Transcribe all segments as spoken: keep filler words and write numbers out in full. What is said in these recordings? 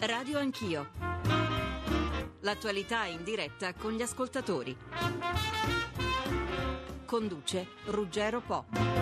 Radio Anch'io. L'attualità in diretta con gli ascoltatori. Conduce Ruggero Po.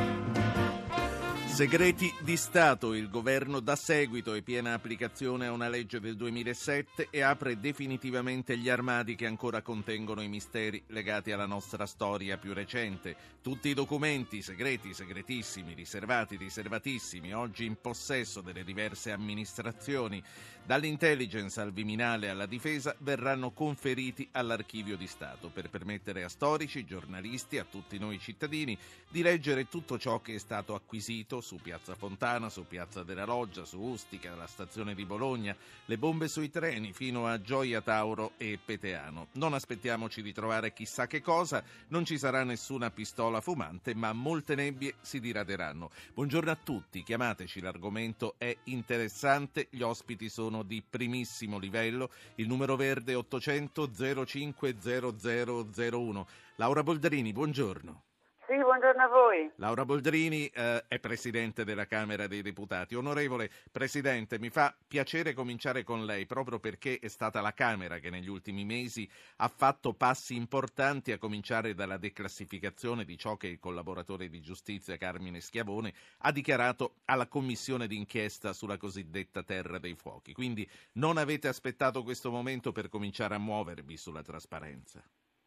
Segreti di Stato. Il governo dà seguito e piena applicazione a una legge del duemilasette e apre definitivamente gli armadi che ancora contengono i misteri legati alla nostra storia più recente. Tutti i documenti segreti, segretissimi, riservati, riservatissimi, oggi in possesso delle diverse amministrazioni, dall'intelligence al Viminale alla difesa, verranno conferiti all'Archivio di Stato per permettere a storici, giornalisti, a tutti noi cittadini di leggere tutto ciò che è stato acquisito su Piazza Fontana, su Piazza della Loggia, su Ustica, la stazione di Bologna, le bombe sui treni fino a Gioia Tauro e Peteano. Non aspettiamoci di trovare chissà che cosa, non ci sarà nessuna pistola fumante, ma molte nebbie si diraderanno. Buongiorno a tutti, chiamateci, l'argomento è interessante, gli ospiti sono di primissimo livello, il numero verde ottocento zero cinque zero zero zero uno. Laura Boldrini, buongiorno. Sì, buongiorno a voi. Laura Boldrini eh, è Presidente della Camera dei Deputati. Onorevole Presidente, mi fa piacere cominciare con lei proprio perché è stata la Camera che negli ultimi mesi ha fatto passi importanti, a cominciare dalla declassificazione di ciò che il collaboratore di giustizia Carmine Schiavone ha dichiarato alla Commissione d'inchiesta sulla cosiddetta Terra dei Fuochi. Quindi non avete aspettato questo momento per cominciare a muovervi sulla trasparenza?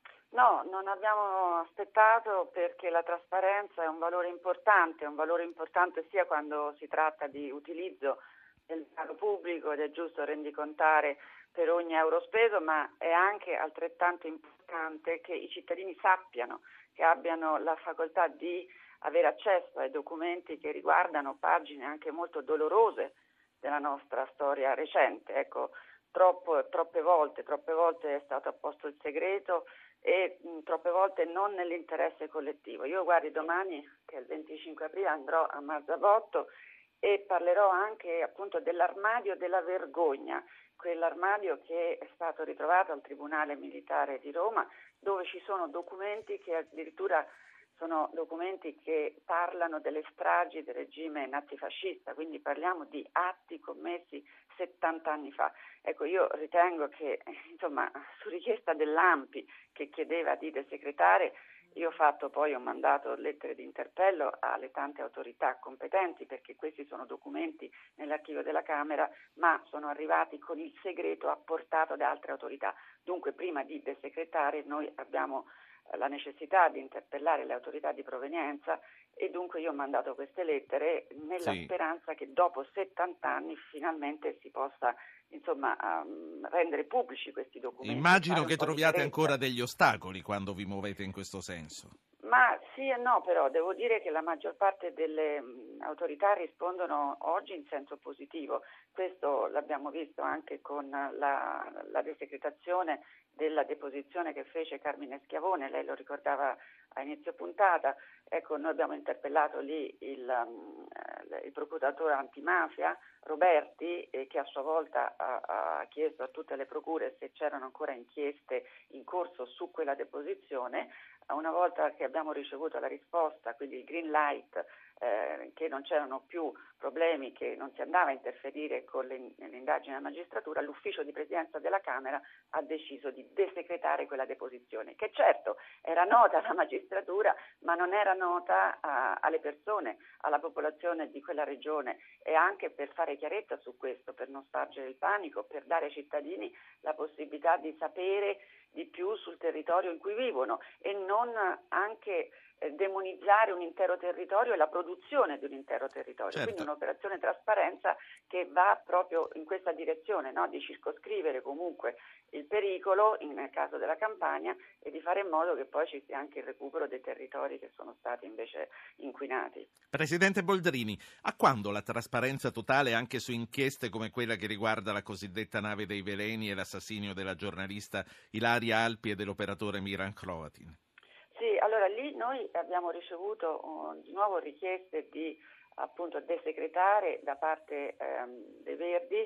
No, non abbiamo aspettato perché la trasparenza è un valore importante, è un valore importante sia quando si tratta di utilizzo del denaro pubblico ed è giusto rendicontare per ogni euro speso, ma è anche altrettanto importante che i cittadini sappiano, che abbiano la facoltà di avere accesso ai documenti che riguardano pagine anche molto dolorose della nostra storia recente. Ecco, troppo, troppe volte, troppe volte è stato apposto il segreto e mh, troppe volte non nell'interesse collettivo. Io guardi domani, che è il venticinque aprile, andrò a Marzabotto e parlerò anche appunto dell'armadio della vergogna, quell'armadio che è stato ritrovato al Tribunale Militare di Roma, dove ci sono documenti che addirittura sono documenti che parlano delle stragi del regime nazifascista, quindi parliamo di atti commessi settanta anni fa. Ecco, io ritengo che, insomma, su richiesta dell'A M P I che chiedeva di desecretare, io ho fatto poi un mandato lettere di interpello alle tante autorità competenti, perché questi sono documenti nell'archivio della Camera, ma sono arrivati con il segreto apportato da altre autorità. Dunque, prima di desecretare, noi abbiamo la necessità di interpellare le autorità di provenienza e dunque io ho mandato queste lettere nella sì. speranza che dopo settanta anni finalmente si possa insomma um, rendere pubblici questi documenti. Immagino che troviate ancora degli ostacoli quando vi muovete in questo senso. Ma sì e no, però devo dire che la maggior parte delle mh, autorità rispondono oggi in senso positivo. Questo l'abbiamo visto anche con la, la desecretazione della deposizione che fece Carmine Schiavone, lei lo ricordava a inizio puntata. Ecco, noi abbiamo interpellato lì il, um, il procuratore antimafia Roberti, eh, che a sua volta ha, ha chiesto a tutte le procure se c'erano ancora inchieste in corso su quella deposizione. Una volta che abbiamo ricevuto la risposta, quindi il green light, eh, che non c'erano più problemi, che non si andava a interferire con le, le indagini della magistratura, l'ufficio di presidenza della Camera ha deciso di desecretare quella deposizione, che certo era nota alla magistratura, ma non era nota a, alle persone, alla popolazione di quella regione, e anche per fare chiarezza su questo, per non spargere il panico, per dare ai cittadini la possibilità di sapere di più sul territorio in cui vivono e non anche eh, demonizzare un intero territorio e la produzione di un intero territorio. Certo. Quindi un'operazione trasparenza che va proprio in questa direzione, no? Di circoscrivere comunque il pericolo nel caso della Campania e di fare in modo che poi ci sia anche il recupero dei territori che sono stati invece inquinati. Presidente Boldrini, a quando la trasparenza totale anche su inchieste come quella che riguarda la cosiddetta nave dei veleni e l'assassinio della giornalista Ilaria Alpi e dell'operatore Miran Hrovatin? Sì, allora lì noi abbiamo ricevuto uh, di nuovo richieste di appunto desecretare da parte ehm, dei Verdi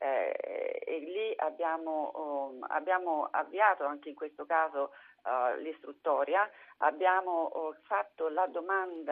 eh, e lì abbiamo, um, abbiamo avviato anche in questo caso uh, l'istruttoria, abbiamo uh, fatto la domanda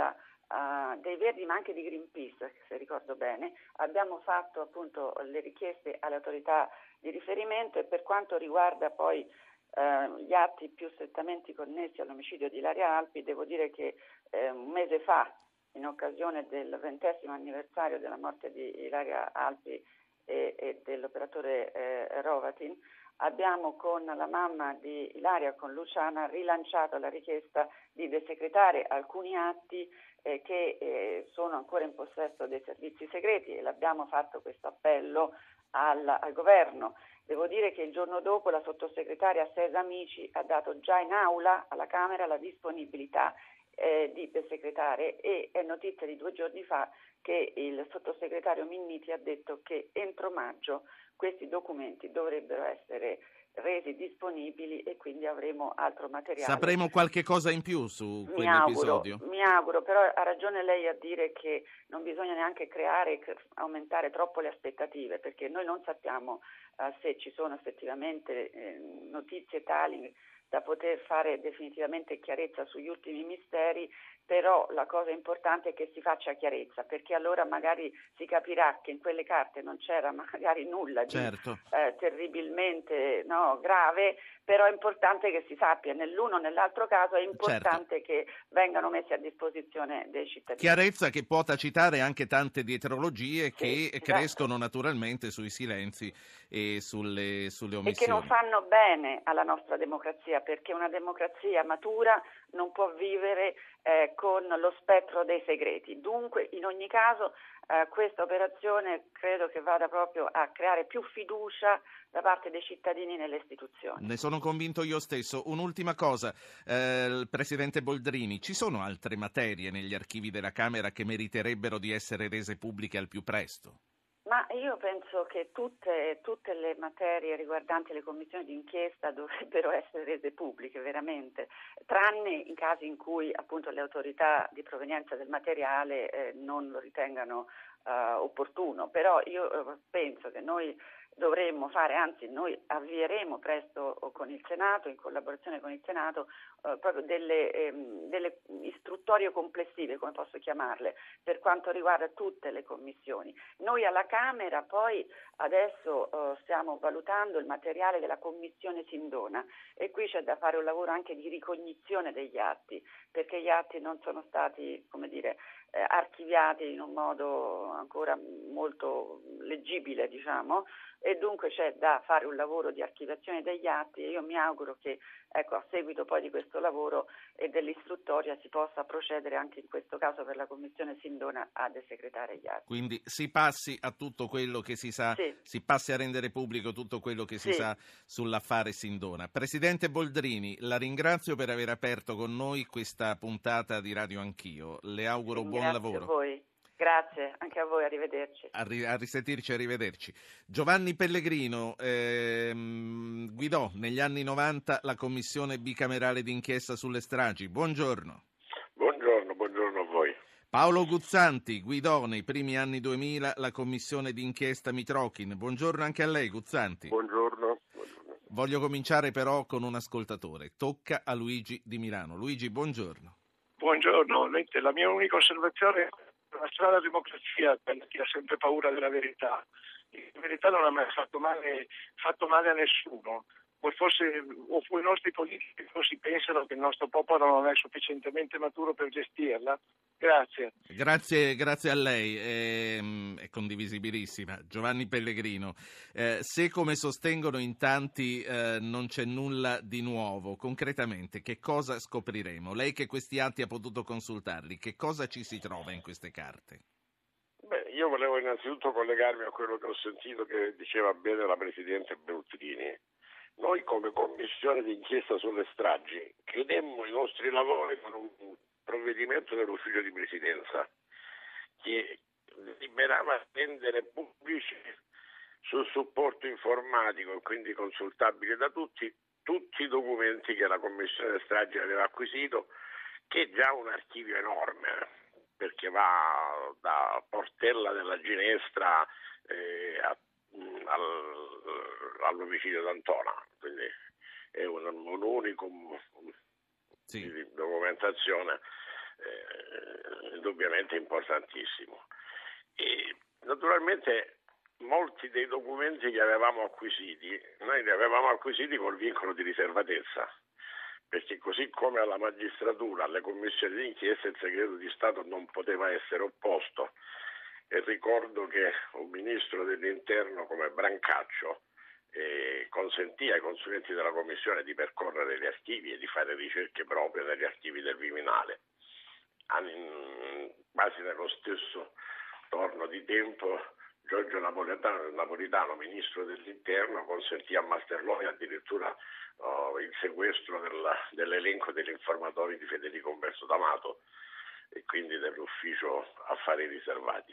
uh, dei Verdi ma anche di Greenpeace, se ricordo bene, abbiamo fatto appunto le richieste alle autorità di riferimento e per quanto riguarda poi uh, gli atti più strettamente connessi all'omicidio di Ilaria Alpi, devo dire che eh, un mese fa, in occasione del ventesimo anniversario della morte di Ilaria Alpi e, e dell'operatore eh, Rovatin, abbiamo con la mamma di Ilaria, con Luciana, rilanciato la richiesta di desecretare alcuni atti eh, che eh, sono ancora in possesso dei servizi segreti e l'abbiamo fatto questo appello al, al governo. Devo dire che il giorno dopo la sottosegretaria Sesa Amici ha dato già in aula alla Camera la disponibilità eh, di desecretare e è notizia di due giorni fa che il sottosegretario Minniti ha detto che entro maggio questi documenti dovrebbero essere resi disponibili e quindi avremo altro materiale. Sapremo qualche cosa in più su mi quell'episodio? Auguro, mi auguro, però ha ragione lei a dire che non bisogna neanche creare, aumentare troppo le aspettative, perché noi non sappiamo uh, se ci sono effettivamente eh, notizie tali da poter fare definitivamente chiarezza sugli ultimi misteri, però la cosa importante è che si faccia chiarezza, perché allora magari si capirà che in quelle carte non c'era magari nulla di certo. eh, terribilmente no, grave, però è importante che si sappia, nell'uno o nell'altro caso è importante certo. che vengano messi a disposizione dei cittadini. Chiarezza che può tacitare anche tante dietrologie che sì, crescono esatto. naturalmente sui silenzi e sulle, sulle omissioni. E che non fanno bene alla nostra democrazia, perché una democrazia matura non può vivere eh, con lo spettro dei segreti. Dunque, in ogni caso, eh, questa operazione credo che vada proprio a creare più fiducia da parte dei cittadini nelle istituzioni. Ne sono convinto io stesso. Un'ultima cosa, eh, il Presidente Boldrini, ci sono altre materie negli archivi della Camera che meriterebbero di essere rese pubbliche al più presto? Ma io penso che tutte, tutte le materie riguardanti le commissioni d'inchiesta dovrebbero essere rese pubbliche, veramente, tranne in casi in cui appunto le autorità di provenienza del materiale eh, non lo ritengano eh, opportuno. Però io eh, penso che noi dovremmo fare, anzi noi avvieremo presto con il Senato, in collaborazione con il Senato, eh, proprio delle, ehm, delle istruttorie complessive, come posso chiamarle, per quanto riguarda tutte le commissioni. Noi alla Camera poi adesso eh, stiamo valutando il materiale della commissione Sindona e qui c'è da fare un lavoro anche di ricognizione degli atti, perché gli atti non sono stati, come dire, eh, archiviati in un modo ancora molto leggibile, diciamo, e dunque c'è da fare un lavoro di archiviazione degli atti e io mi auguro che ecco, a seguito poi di questo lavoro e dell'istruttoria si possa procedere anche in questo caso per la commissione Sindona a desecretare gli atti. Quindi si passi a tutto quello che si sa, sì. si passi a rendere pubblico tutto quello che si sì. sa sull'affare Sindona. Presidente Boldrini, la ringrazio per aver aperto con noi questa puntata di Radio Anch'io. Le auguro Ringrazio buon lavoro. A voi. Grazie, anche a voi, arrivederci. A, ri- a risentirci, arrivederci. Giovanni Pellegrino ehm, guidò negli anni novanta la commissione bicamerale d'inchiesta sulle stragi. Buongiorno. Buongiorno, buongiorno a voi. Paolo Guzzanti guidò nei primi anni duemila la commissione d'inchiesta Mitrokhin. Buongiorno anche a lei, Guzzanti. Buongiorno. buongiorno. Voglio cominciare però con un ascoltatore. Tocca a Luigi di Milano. Luigi, buongiorno. Buongiorno, la mia unica osservazione è la strana democrazia, quella che ha sempre paura della verità. La verità non ha mai fatto male, fatto male a nessuno. O forse o i nostri politici forse pensano che il nostro popolo non è sufficientemente maturo per gestirla. Grazie. Grazie, grazie a lei, è, è condivisibilissima. Giovanni Pellegrino, eh, se come sostengono in tanti eh, non c'è nulla di nuovo, concretamente che cosa scopriremo? Lei che questi atti ha potuto consultarli, che cosa ci si trova in queste carte? Beh, io volevo innanzitutto collegarmi a quello che ho sentito che diceva bene la Presidente Beltrini. Noi come Commissione d'inchiesta sulle stragi chiudemmo i nostri lavori con un provvedimento dell'Ufficio di Presidenza che liberava rendere pubblici sul supporto informatico e quindi consultabile da tutti tutti i documenti che la Commissione delle stragi aveva acquisito, che è già un archivio enorme, perché va da Portella della Ginestra eh, a all'omicidio d'Antona, quindi è un, un unicum sì. di documentazione eh, indubbiamente importantissimo. E naturalmente molti dei documenti che avevamo acquisiti, noi li avevamo acquisiti col vincolo di riservatezza, perché così come alla magistratura, alle commissioni d'inchiesta, il segreto di Stato non poteva essere opposto. E ricordo che un ministro dell'interno come Brancaccio eh, consentì ai consulenti della commissione di percorrere gli archivi e di fare ricerche proprie negli archivi del Viminale. Quasi nello stesso torno di tempo Giorgio Napolitano, Napolitano, ministro dell'interno, consentì a Masterloni addirittura oh, il sequestro del, dell'elenco degli informatori di Federico Umberto D'Amato e quindi dell'ufficio affari riservati.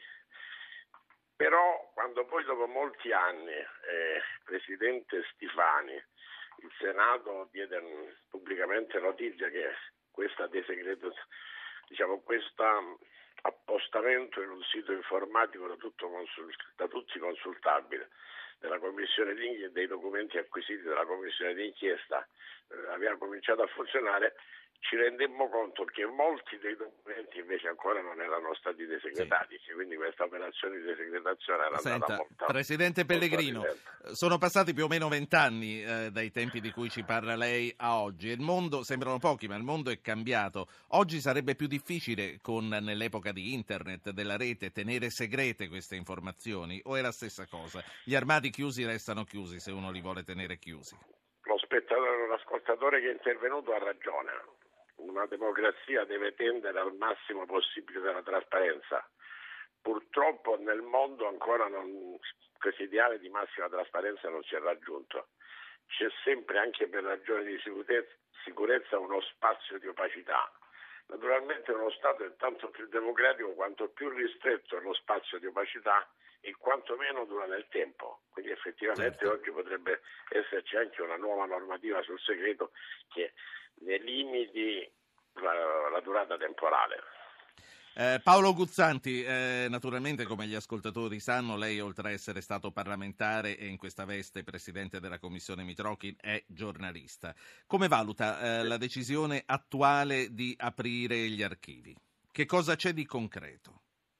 Però quando poi dopo molti anni eh, presidente Schifani, il Senato diede pubblicamente notizia che questa desegreto, diciamo questa appostamento in un sito informatico da, tutto consul, da tutti consultabile della commissione d'inchiesta, dei documenti acquisiti dalla commissione d'inchiesta eh, aveva cominciato a funzionare, ci rendemmo conto che molti dei documenti invece ancora non erano stati desegretati, sì. Quindi questa operazione di desecretazione era Senta, andata molto. Presidente Pellegrino, molto sono passati più o meno vent'anni eh, dai tempi di cui ci parla lei a oggi. Il mondo, sembrano pochi, ma il mondo è cambiato. Oggi sarebbe più difficile, con nell'epoca di internet, della rete, tenere segrete queste informazioni, o è la stessa cosa? Gli armadi chiusi restano chiusi se uno li vuole tenere chiusi. Lo spettatore, l'ascoltatore che è intervenuto ha ragione. Una democrazia deve tendere al massimo possibile della trasparenza. Purtroppo nel mondo ancora non, questo ideale di massima trasparenza non si è raggiunto. C'è sempre, anche per ragioni di sicurezza, uno spazio di opacità. Naturalmente uno Stato è tanto più democratico quanto più ristretto è lo spazio di opacità e quanto meno dura nel tempo. Quindi effettivamente certo. Oggi potrebbe esserci anche una nuova normativa sul segreto che ne limiti la, la durata temporale. Eh, Paolo Guzzanti, eh, naturalmente come gli ascoltatori sanno, lei oltre a essere stato parlamentare e in questa veste presidente della commissione Mitrochin è giornalista. Come valuta eh, la decisione attuale di aprire gli archivi? Che cosa c'è di concreto?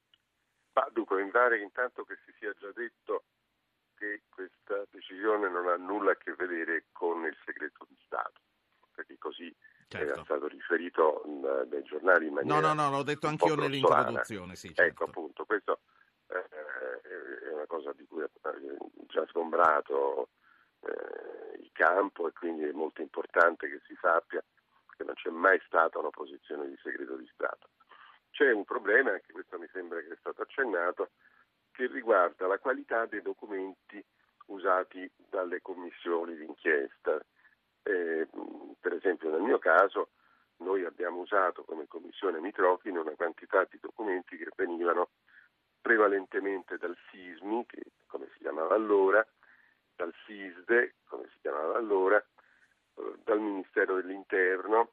Ma dunque, mi pare intanto che si sia già detto che questa decisione non ha nulla a che vedere con il segreto di Stato, perché così certo. Era stato riferito uh, dai giornali in maniera no no no l'ho detto anch'io nell'introduzione, sì, certo. Ecco appunto, questo eh, è una cosa di cui ha già sgombrato eh, il campo, e quindi è molto importante che si sappia che non c'è mai stata una posizione di segreto di Stato. C'è un problema, anche questo mi sembra che è stato accennato, che riguarda la qualità dei documenti usati dalle commissioni d'inchiesta. Eh, per esempio nel mio caso noi abbiamo usato come commissione Mitrochin una quantità di documenti che venivano prevalentemente dal SISMI, che come si chiamava allora, dal SISDE, come si chiamava allora, eh, dal Ministero dell'Interno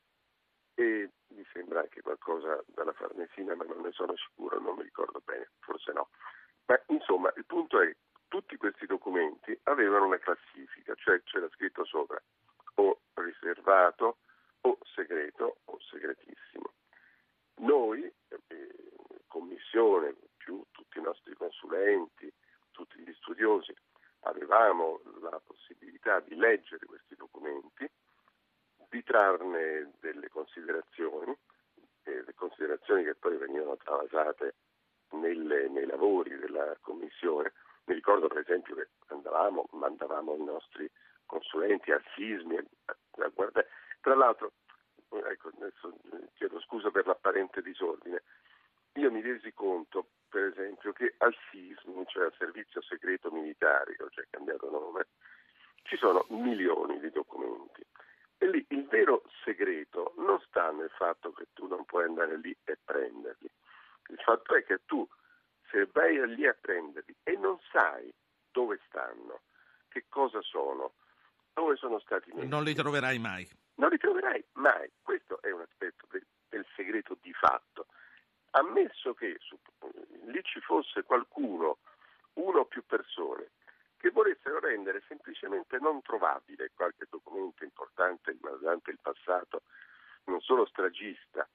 e mi sembra anche qualcosa dalla Farnesina, ma non ne sono sicuro, non mi ricordo bene, forse no. Ma insomma il punto è che tutti questi documenti avevano una classifica, cioè c'era scritto sopra o riservato o segreto o segretissimo. Noi, eh, commissione, più tutti i nostri consulenti, tutti gli studiosi, avevamo la possibilità di leggere questi documenti, di trarne delle considerazioni, eh, le considerazioni che poi venivano travasate nelle, nei lavori della commissione. Mi ricordo per esempio che andavamo, mandavamo i nostri consulenti al SISMI, a guardare. Tra l'altro, ecco, adesso chiedo scusa per l'apparente disordine, io mi resi conto per esempio che al SISMI, cioè al Servizio Segreto Militare, che ho già cambiato nome, ci sono milioni di documenti e lì il vero segreto non sta nel fatto che tu non puoi andare lì e prenderli, il fatto è che tu, se vai lì a prenderli e non sai dove stanno, che cosa sono, dove sono stati messi, non li troverai mai. Non li troverai mai. Questo è un aspetto del, del segreto di fatto. Ammesso che su, lì ci fosse qualcuno, uno o più persone, che volessero rendere semplicemente non trovabile qualche documento importante riguardante il passato, non solo stragista,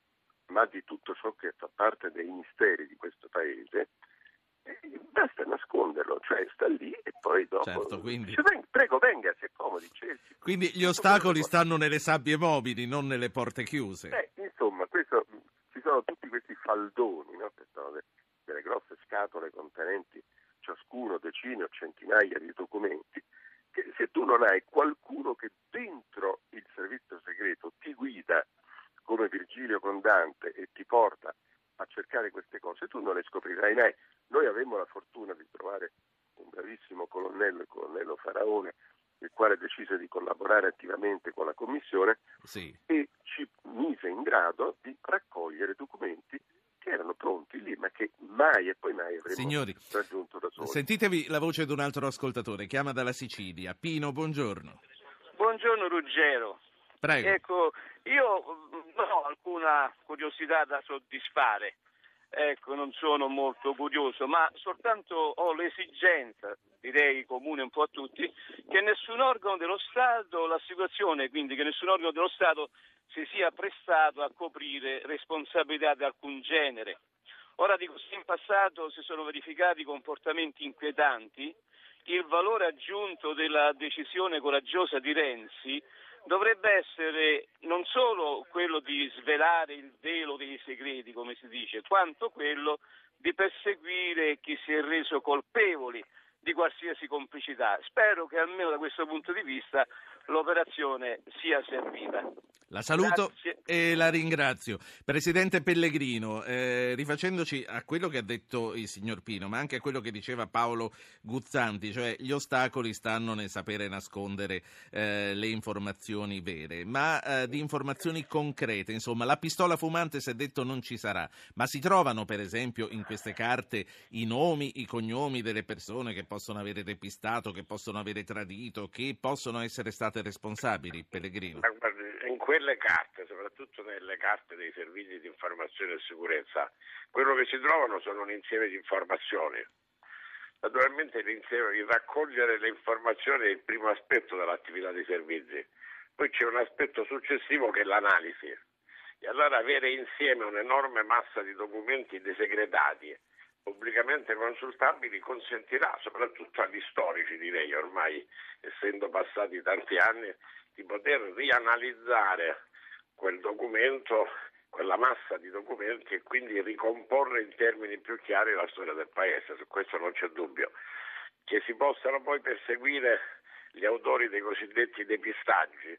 ma di tutto ciò che fa parte dei misteri di questo paese, eh, basta nasconderlo, cioè sta lì e poi dopo certo, quindi... dice, venga, prego venga, si accomodi, cerchi. Quindi gli ostacoli stanno nelle sabbie mobili, non nelle porte chiuse. Eh, insomma, questo, ci sono tutti questi faldoni, no? Che sono de, delle grosse scatole contenenti ciascuno decine o centinaia di documenti, che se tu non hai qualcuno che dentro il servizio segreto ti guida come Virgilio con Dante e ti porta a cercare queste cose, tu non le scoprirai mai. Noi avemmo la fortuna di trovare un bravissimo colonnello, il colonnello Faraone, il quale decise di collaborare attivamente con la commissione, sì, e ci mise in grado di raccogliere documenti che erano pronti lì, ma che mai e poi mai avremmo Signori, raggiunto da soli. Sentitevi la voce di un altro ascoltatore, chiama dalla Sicilia. Pino, buongiorno. Buongiorno Ruggero. Prego. Ecco, io non ho alcuna curiosità da soddisfare, ecco, non sono molto curioso, ma soltanto ho l'esigenza, direi comune un po' a tutti, che nessun organo dello Stato, la situazione quindi che nessun organo dello Stato si sia prestato a coprire responsabilità di alcun genere. Ora dico, se in passato si sono verificati comportamenti inquietanti, il valore aggiunto della decisione coraggiosa di Renzi dovrebbe essere non solo quello di svelare il velo dei segreti, come si dice, quanto quello di perseguire chi si è reso colpevoli di qualsiasi complicità. Spero che almeno da questo punto di vista l'operazione sia servita. La saluto Grazie. e la ringrazio. Presidente Pellegrino, eh, rifacendoci a quello che ha detto il signor Pino, ma anche a quello che diceva Paolo Guzzanti, cioè gli ostacoli stanno nel sapere nascondere eh, le informazioni vere, ma eh, di informazioni concrete, insomma, la pistola fumante si è detto non ci sarà, ma si trovano per esempio in queste carte i nomi, i cognomi delle persone che possono avere depistato, che possono avere tradito, che possono essere state responsabili, Pellegrino? Ma guardi, in quelle carte, soprattutto nelle carte dei servizi di informazione e sicurezza, quello che si trovano sono un insieme di informazioni. Naturalmente l'insieme, il raccogliere le informazioni è il primo aspetto dell'attività dei servizi, poi c'è un aspetto successivo che è l'analisi. E allora avere insieme un'enorme massa di documenti desegretati, pubblicamente consultabili, consentirà soprattutto agli storici, direi ormai essendo passati tanti anni, di poter rianalizzare quel documento, quella massa di documenti e quindi ricomporre in termini più chiari la storia del paese. Su questo non c'è dubbio. Che si possano poi perseguire gli autori dei cosiddetti depistaggi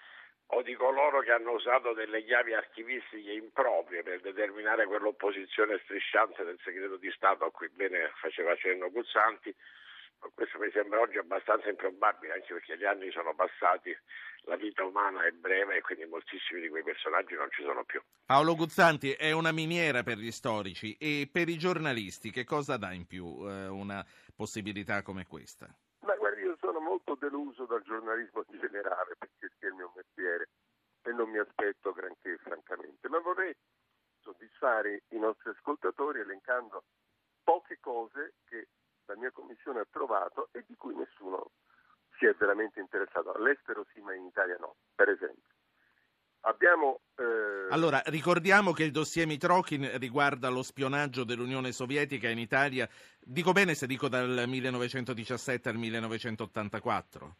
o di coloro che hanno usato delle chiavi archivistiche improprie per determinare quell'opposizione strisciante del segreto di Stato a cui bene faceva cenno Guzzanti, questo mi sembra oggi abbastanza improbabile, anche perché gli anni sono passati, la vita umana è breve e quindi moltissimi di quei personaggi non ci sono più. Paolo Guzzanti, è una miniera per gli storici e per i giornalisti che cosa dà in più eh, una possibilità come questa? Ma guardi, io sono molto deluso dal giornalismo in generale, perché è il mio mestiere e non mi aspetto granché francamente, ma vorrei soddisfare i nostri ascoltatori elencando poche cose che la mia commissione ha trovato e di cui nessuno si è veramente interessato. All'estero sì, ma in Italia no. Per esempio, abbiamo... Eh... Allora, ricordiamo che il dossier Mitrokhin riguarda lo spionaggio dell'Unione Sovietica in Italia, dico bene se dico dal millenovecentodiciassette al millenovecentottantaquattro?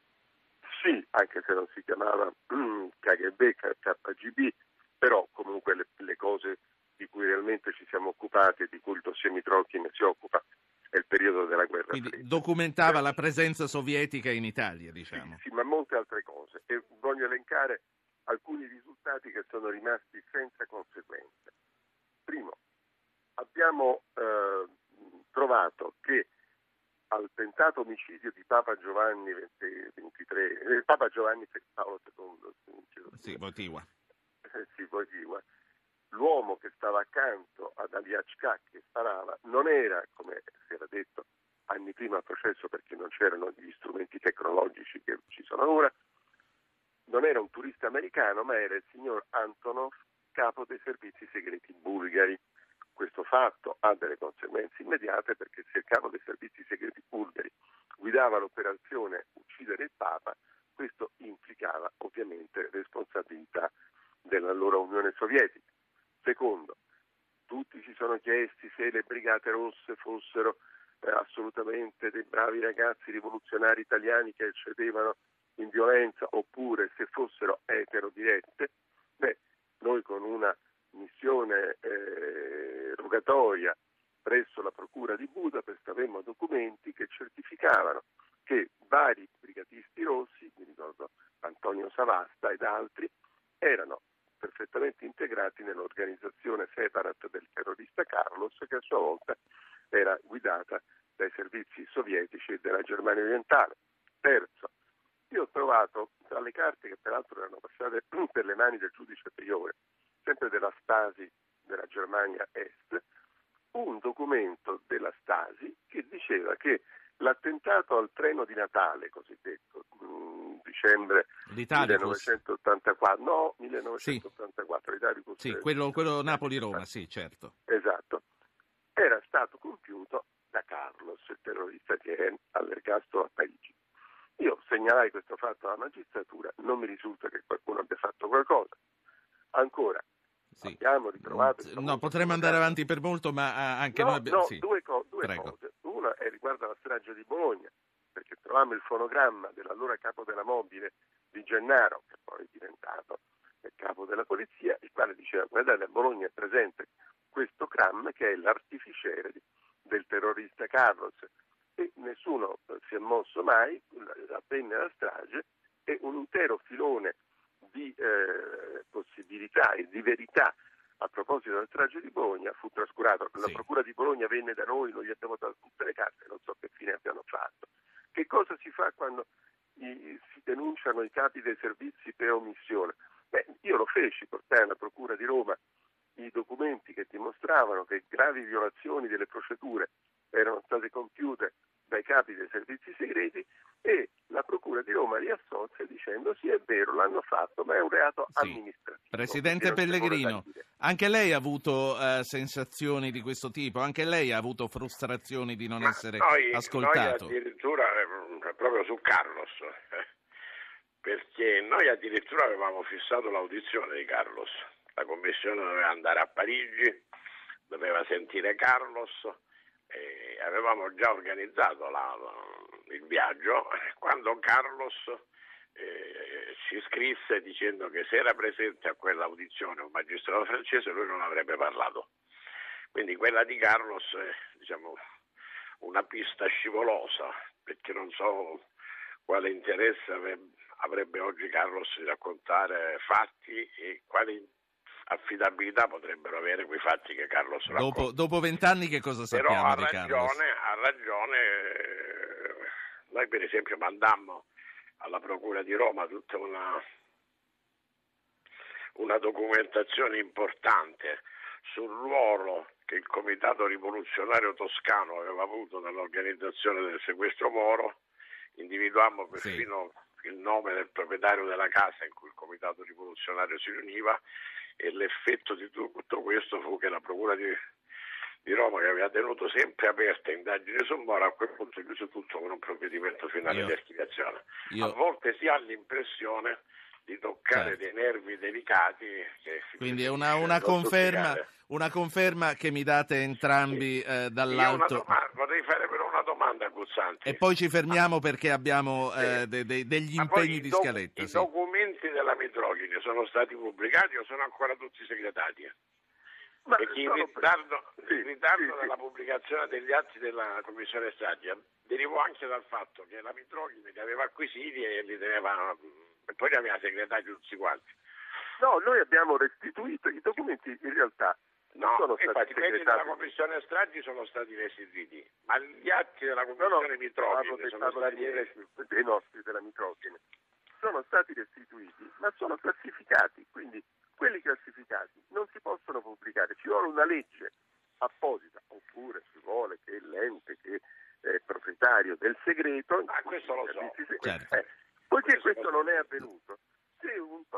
Sì, anche se non si chiamava K G B, K G B, però comunque le, le cose di cui realmente ci siamo occupati e di cui il dossier Mitrokhin si occupa è il periodo della guerra Quindi fredda. documentava la presenza sovietica in Italia, diciamo. Sì, sì, ma molte altre cose. E voglio elencare alcuni risultati che sono rimasti senza conseguenze. Primo, abbiamo eh, trovato che al tentato omicidio di Papa Giovanni ventitré, eh, Papa Giovanni Paolo secondo, sì, Wojtyła. Eh, sì, Wojtyła, l'uomo che stava accanto ad Aliashka che sparava non era, come si era detto anni prima al processo, perché non c'erano gli strumenti tecnologici che ci sono ora, non era un turista americano, ma era il signor Antonov, capo dei servizi segreti bulgari. Questo fatto ha delle conseguenze immediate, perché se il capo dei servizi segreti bulgari guidava l'operazione uccidere il Papa, questo implicava ovviamente responsabilità dell'allora Unione Sovietica. Secondo, tutti si sono chiesti se le Brigate Rosse fossero eh, assolutamente dei bravi ragazzi rivoluzionari italiani che eccedevano in violenza, oppure se fossero eterodirette. Beh, noi con una missione eh, rogatoria presso la Procura di Budapest avevamo documenti che certificavano che vari brigatisti rossi, mi ricordo Antonio Savasta ed altri, erano perfettamente integrati nell'organizzazione separat del terrorista Carlos, che a sua volta era guidata dai servizi sovietici della Germania orientale. Terzo, io ho trovato tra le carte che peraltro erano passate per le mani del giudice priore, sempre della Stasi della Germania Est, un documento della Stasi che diceva che l'attentato al treno di Natale, cosiddetto, mh, dicembre millenovecentottantaquattro, no, millenovecentottantaquattro, sì, Italicus, sì, quello, quello Napoli-Roma, sì, certo. Esatto, era stato compiuto da Carlos, il terrorista che è all'ergastolo a Parigi. Io segnalai questo fatto alla magistratura, non mi risulta che qualcuno abbia fatto qualcosa. Ancora, sì. Abbiamo ritrovato... No, potremmo andare avanti per molto, ma anche no, noi abbiamo... No, sì. due, co- due cose. Una è riguarda la strage di Bologna, perché trovammo il fonogramma dell'allora capo della mobile di Gennaro, che poi è diventato il capo della polizia, il quale diceva: guardate, a Bologna è presente questo Cram che è l'artificiere del terrorista Carlos, e nessuno si è mosso mai, avvenne la strage e un intero filone di eh, possibilità e di verità a proposito della strage di Bologna fu trascurato. La sì. Procura di Bologna venne da noi, noi gli abbiamo dato tutte le carte, non so che fine abbiano fatto. Che cosa si fa quando i, si denunciano i capi dei servizi per omissione? Beh, io lo feci, portai alla Procura di Roma i documenti che dimostravano che gravi violazioni delle procedure erano state compiute dai capi dei servizi segreti, e la Procura di Roma li assolse dicendo: sì, è vero, l'hanno fatto, ma è un reato sì. amministrativo. Presidente Pellegrino, anche lei ha avuto uh, sensazioni di questo tipo? Anche lei ha avuto frustrazioni di non ma essere noi, ascoltato? Noi addirittura, eh, proprio su Carlos, eh, perché noi addirittura avevamo fissato l'audizione di Carlos. La commissione doveva andare a Parigi, doveva sentire Carlos, e avevamo già organizzato la, la, il viaggio quando Carlos eh, ci scrisse dicendo che se era presente a quell'audizione un magistrato francese lui non avrebbe parlato. Quindi quella di Carlos è, diciamo, una pista scivolosa, perché non so quale interesse avrebbe oggi Carlos di raccontare fatti e quali affidabilità potrebbero avere quei fatti che Carlos racconta. Dopo, dopo vent'anni che cosa sappiamo Però di Carlos? Però ha ragione, eh, noi per esempio mandammo alla Procura di Roma tutta una, una documentazione importante sul ruolo che il Comitato Rivoluzionario Toscano aveva avuto nell'organizzazione del sequestro Moro. Individuammo perfino sì. il nome del proprietario della casa in cui il Comitato Rivoluzionario si riuniva, e l'effetto di tutto questo fu che la Procura di, di Roma, che aveva tenuto sempre aperte indagini su Moro, a quel punto chiuse tutto con un provvedimento finale io, di archiviazione. Io... A volte si ha l'impressione di toccare certo. dei nervi delicati. Che Quindi è una, una, conferma, una conferma che mi date entrambi sì. eh, dall'alto. Io una domanda, vorrei fare però una domanda a Guzzanti. E poi ci fermiamo perché abbiamo sì. eh, de, de, degli Ma impegni di doc- scaletta. I sì. documenti della Mitroghine sono stati pubblicati o sono ancora tutti segretati? Ma perché il ritardo, sì, il ritardo sì, della sì. pubblicazione degli atti della Commissione Stragi derivò anche dal fatto che la Mitroghine li aveva acquisiti e li teneva, e poi li aveva segretati tutti quanti. No, noi abbiamo restituito i documenti, in realtà no, sono stati infatti segretati. quelli della Commissione Stragi sono stati restituiti, ma gli atti della Commissione no, no, Mitroghine sono stati dei, dei nostri della Mitroghine sono stati restituiti, ma sono classificati, quindi quelli classificati non si possono pubblicare, ci vuole una legge apposita, oppure si vuole che l'ente che è proprietario del segreto, ah, questo lo so, se, certo. eh, poiché questo, questo non è avvenuto, se un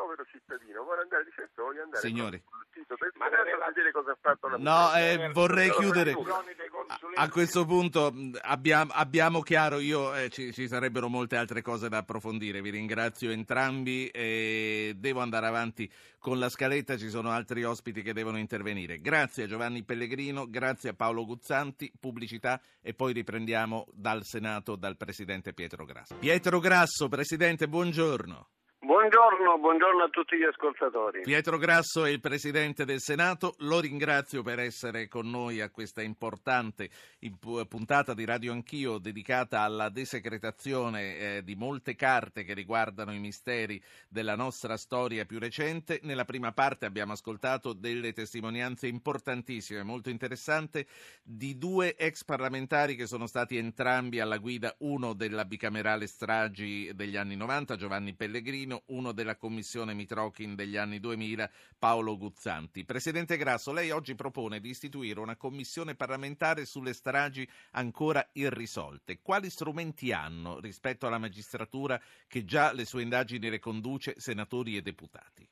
povero cittadino vuole andare, dice voglio andare Signori. sul sito del Senato a vedere cosa ha fatto la No, eh, vorrei Allora, chiudere. tu- A questo punto mh, abbiamo, abbiamo chiaro, io eh, ci, ci sarebbero molte altre cose da approfondire, vi ringrazio entrambi e devo andare avanti con la scaletta, ci sono altri ospiti che devono intervenire. Grazie a Giovanni Pellegrino, grazie a Paolo Guzzanti, pubblicità e poi riprendiamo dal Senato dal Presidente Pietro Grasso. Pietro Grasso, Presidente, buongiorno. Buongiorno, buongiorno a tutti gli ascoltatori. Pietro Grasso è il Presidente del Senato, lo ringrazio per essere con noi a questa importante puntata di Radio Anch'io dedicata alla desecretazione eh, di molte carte che riguardano i misteri della nostra storia più recente. Nella prima parte abbiamo ascoltato delle testimonianze importantissime, molto interessanti, di due ex parlamentari che sono stati entrambi alla guida, uno della bicamerale stragi degli anni novanta, Giovanni Pellegrino, uno della commissione Mitrochin degli anni duemila, Paolo Guzzanti. Presidente Grasso, lei oggi propone di istituire una commissione parlamentare sulle stragi ancora irrisolte. Quali strumenti hanno rispetto alla magistratura che già le sue indagini le conduce, senatori e deputati?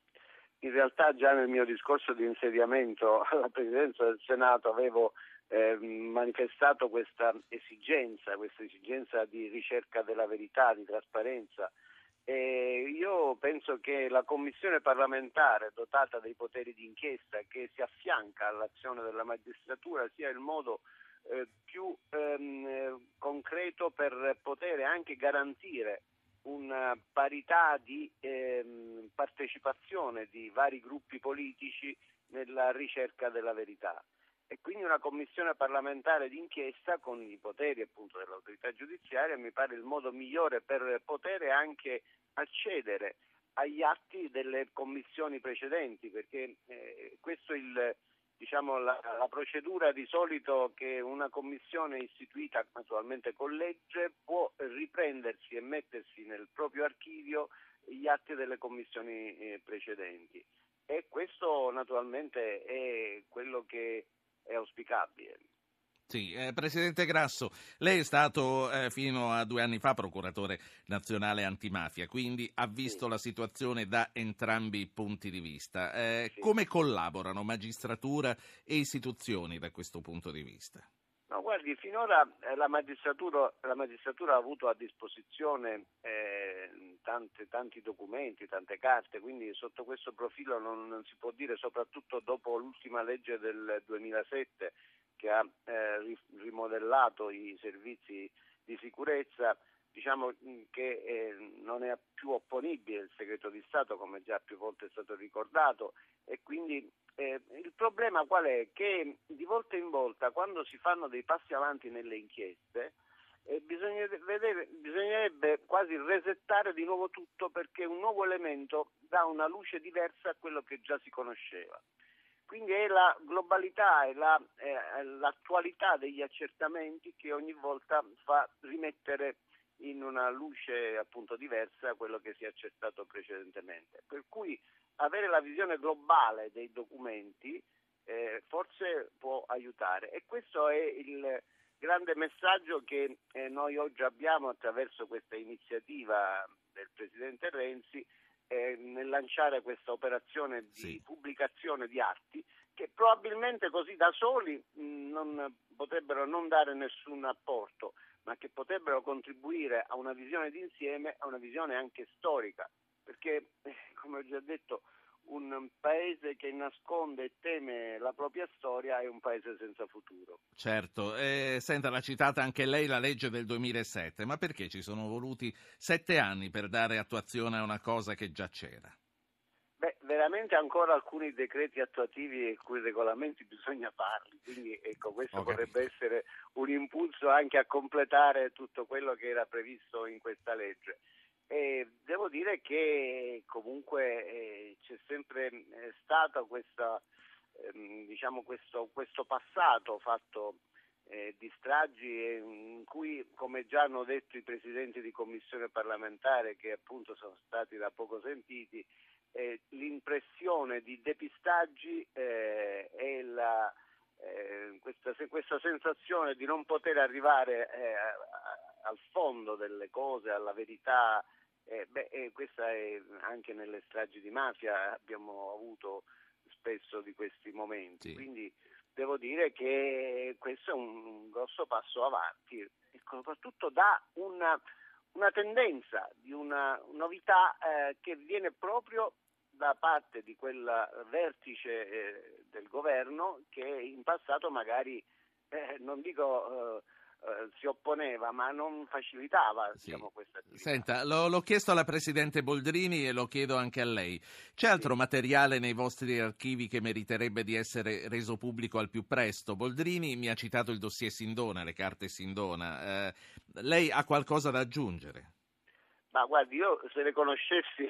In realtà già nel mio discorso di insediamento alla Presidenza del Senato avevo eh, manifestato questa esigenza, questa esigenza di ricerca della verità, di trasparenza. E io penso che la commissione parlamentare dotata dei poteri di inchiesta che si affianca all'azione della magistratura sia il modo eh, più ehm, concreto per poter anche garantire una parità di ehm, partecipazione di vari gruppi politici nella ricerca della verità. E quindi una commissione parlamentare d'inchiesta con i poteri appunto dell'autorità giudiziaria mi pare il modo migliore per poter anche accedere agli atti delle commissioni precedenti, perché eh, questo è il, diciamo, la, la procedura di solito che una commissione istituita naturalmente con legge può riprendersi e mettersi nel proprio archivio gli atti delle commissioni eh, precedenti, e questo naturalmente è quello che è auspicabile. Sì, eh, Presidente Grasso, lei è stato eh, fino a due anni fa procuratore nazionale antimafia, quindi ha visto sì. la situazione da entrambi i punti di vista. Eh, sì. Come collaborano magistratura e istituzioni da questo punto di vista? No, guardi, finora eh, la magistratura, la magistratura ha avuto a disposizione eh, tante, tanti documenti, tante carte, quindi sotto questo profilo non, non si può dire, soprattutto dopo l'ultima legge del duemilasette che ha eh, rimodellato i servizi di sicurezza, diciamo che eh, non è più opponibile il segreto di Stato, come già più volte è stato ricordato, e quindi eh, il problema qual è? Che di volta in volta, quando si fanno dei passi avanti nelle inchieste, eh, bisognerebbe, vedere, bisognerebbe quasi resettare di nuovo tutto, perché un nuovo elemento dà una luce diversa a quello che già si conosceva. Quindi è la globalità e la, eh, l'attualità degli accertamenti che ogni volta fa rimettere in una luce appunto diversa quello che si è accertato precedentemente. Per cui avere la visione globale dei documenti eh, forse può aiutare, e questo è il grande messaggio che eh, noi oggi abbiamo attraverso questa iniziativa del Presidente Renzi eh, nel lanciare questa operazione di sì. pubblicazione di atti che probabilmente così da soli mh, non potrebbero non dare nessun apporto, ma che potrebbero contribuire a una visione d'insieme, a una visione anche storica, perché eh, come ho già detto, un paese che nasconde e teme la propria storia è un paese senza futuro. Certo, eh, senta, l'ha citata anche lei la legge del duemilasette, ma perché ci sono voluti sette anni per dare attuazione a una cosa che già c'era? Beh, veramente ancora alcuni decreti attuativi e alcuni regolamenti bisogna farli, quindi ecco, questo Ho potrebbe capito. essere un impulso anche a completare tutto quello che era previsto in questa legge. E devo dire che comunque eh, c'è sempre eh, stato questa, ehm, diciamo questo, questo passato fatto eh, di stragi eh, in cui, come già hanno detto i presidenti di commissione parlamentare che appunto sono stati da poco sentiti, eh, l'impressione di depistaggi eh, e la, eh, questa, questa sensazione di non poter arrivare eh, a, a, al fondo delle cose, alla verità Eh, beh, eh, questa è anche nelle stragi di mafia abbiamo avuto spesso di questi momenti, sì. Quindi devo dire che questo è un, un grosso passo avanti e soprattutto dà una, una tendenza di una novità eh, che viene proprio da parte di quel vertice eh, del governo che in passato magari eh, non dico eh, eh, si opponeva ma non facilitava sì. diciamo, questa attività. Senta, l'ho, l'ho chiesto alla Presidente Boldrini e lo chiedo anche a lei. C'è altro sì. materiale nei vostri archivi che meriterebbe di essere reso pubblico al più presto? Boldrini mi ha citato il dossier Sindona, le carte Sindona. Eh, lei ha qualcosa da aggiungere? Ma guardi, io se le conoscessi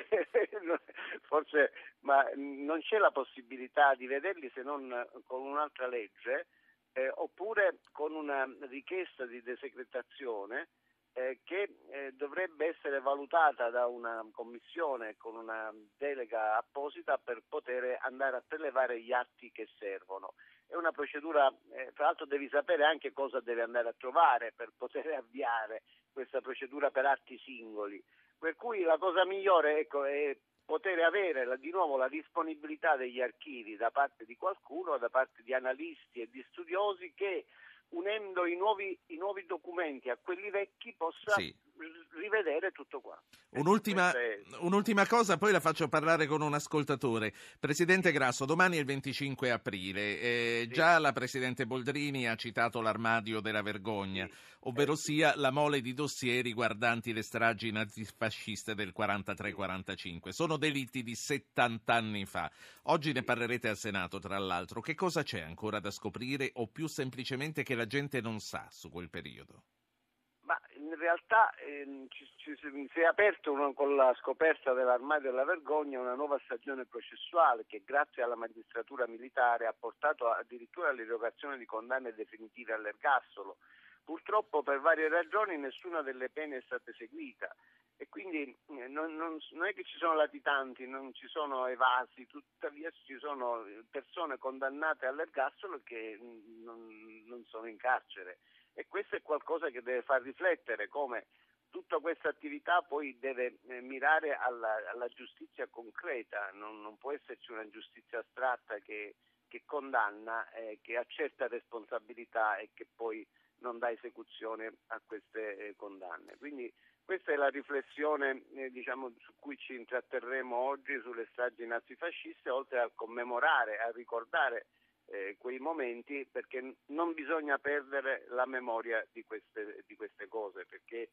forse, ma non c'è la possibilità di vederli se non con un'altra legge eh, oppure con una richiesta di desecretazione eh, che eh, dovrebbe essere valutata da una commissione con una delega apposita per poter andare a prelevare gli atti che servono. È una procedura, eh, tra l'altro devi sapere anche cosa deve andare a trovare per poter avviare questa procedura per atti singoli, per cui la cosa migliore ecco, è poter avere la, di nuovo la disponibilità degli archivi da parte di qualcuno, da parte di analisti e di studiosi che unendo i nuovi, i nuovi documenti a quelli vecchi possa sì. rivedere tutto qua. Un'ultima, è... un'ultima cosa, poi la faccio parlare con un ascoltatore. Presidente Grasso, domani è il venticinque aprile, eh, sì. già la Presidente Boldrini ha citato l'armadio della vergogna, sì. ovvero eh, sia la mole di dossier riguardanti le stragi nazifasciste del quarantatré quarantacinque. Sono delitti di settanta anni fa. Oggi ne parlerete al Senato, tra l'altro. Che cosa c'è ancora da scoprire o più semplicemente che la gente non sa su quel periodo? Ma in realtà eh, ci, ci, si è aperto una, con la scoperta dell'armadio della vergogna una nuova stagione processuale che grazie alla magistratura militare ha portato addirittura all'irrogazione di condanne definitive all'ergastolo. Purtroppo per varie ragioni nessuna delle pene è stata eseguita e quindi eh, non, non, non è che ci sono latitanti, non ci sono evasi, tuttavia ci sono persone condannate all'ergastolo che non, non sono in carcere. E questo è qualcosa che deve far riflettere come tutta questa attività poi deve eh, mirare alla, alla giustizia concreta, non, non può esserci una giustizia astratta che, che condanna, eh, che accerta responsabilità e che poi non dà esecuzione a queste eh, condanne. Quindi questa è la riflessione eh, diciamo, su cui ci intratterremo oggi sulle stragi nazifasciste, oltre a commemorare, a ricordare Eh, quei momenti, perché non bisogna perdere la memoria di queste, di queste cose, perché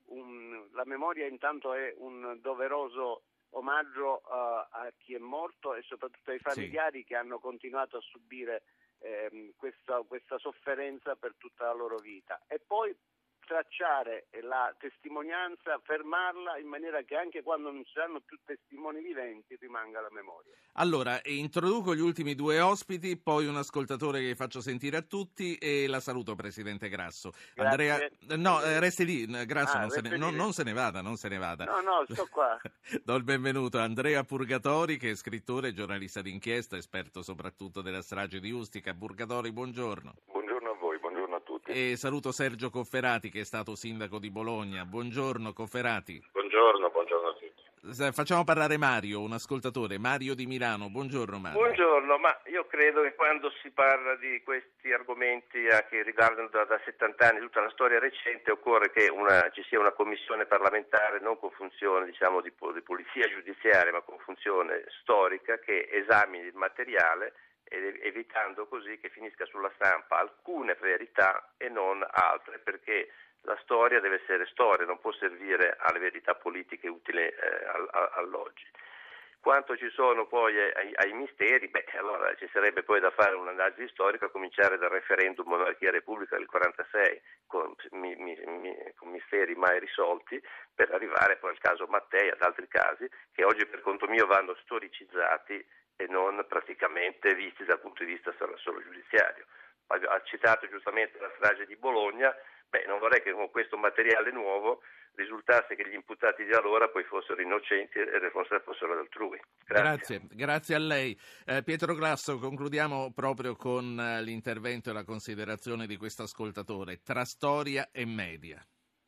un, la memoria intanto è un doveroso omaggio uh, a chi è morto e soprattutto ai familiari sì. che hanno continuato a subire eh, questa, questa sofferenza per tutta la loro vita e poi tracciare la testimonianza, fermarla in maniera che anche quando non ci saranno più testimoni viventi rimanga la memoria. Allora, introduco gli ultimi due ospiti, poi un ascoltatore che faccio sentire a tutti e la saluto, Presidente Grasso. Grazie. Andrea, no, eh, resti lì, Grasso ah, non, se ne, non, non se ne vada, non se ne vada. No, no, sto qua. Do il benvenuto a Andrea Purgatori, che è scrittore e giornalista d'inchiesta, esperto soprattutto della strage di Ustica. Purgatori, buongiorno. Buongiorno a voi, buongiorno a tutti. E saluto Sergio Cofferati, che è stato sindaco di Bologna. Buongiorno Cofferati. Buongiorno, buongiorno a tutti. Facciamo parlare Mario, un ascoltatore, Mario di Milano. Buongiorno Mario. Buongiorno, ma io credo che quando si parla di questi argomenti eh, che riguardano da, da settanta anni tutta la storia recente, occorre che una, ci sia una commissione parlamentare non con funzione diciamo di, di polizia giudiziaria, ma con funzione storica, che esamini il materiale evitando così che finisca sulla stampa alcune verità e non altre, perché la storia deve essere storia, non può servire alle verità politiche utili eh, all'oggi. Quanto ci sono poi ai, ai misteri, beh, allora ci sarebbe poi da fare un'analisi storica, a cominciare dal referendum monarchia-repubblica del quarantasei, con, mi, mi, mi, con misteri mai risolti, per arrivare poi al caso Mattei, ad altri casi, che oggi per conto mio vanno storicizzati e non praticamente visti dal punto di vista solo giudiziario. Ha citato giustamente la strage di Bologna. Beh, non vorrei che con questo materiale nuovo risultasse che gli imputati di allora poi fossero innocenti e le responsabili fossero altrui. Grazie. Grazie, grazie a lei. Eh, Pietro Grasso, concludiamo proprio con eh, l'intervento e la considerazione di questo ascoltatore. Tra storia e media.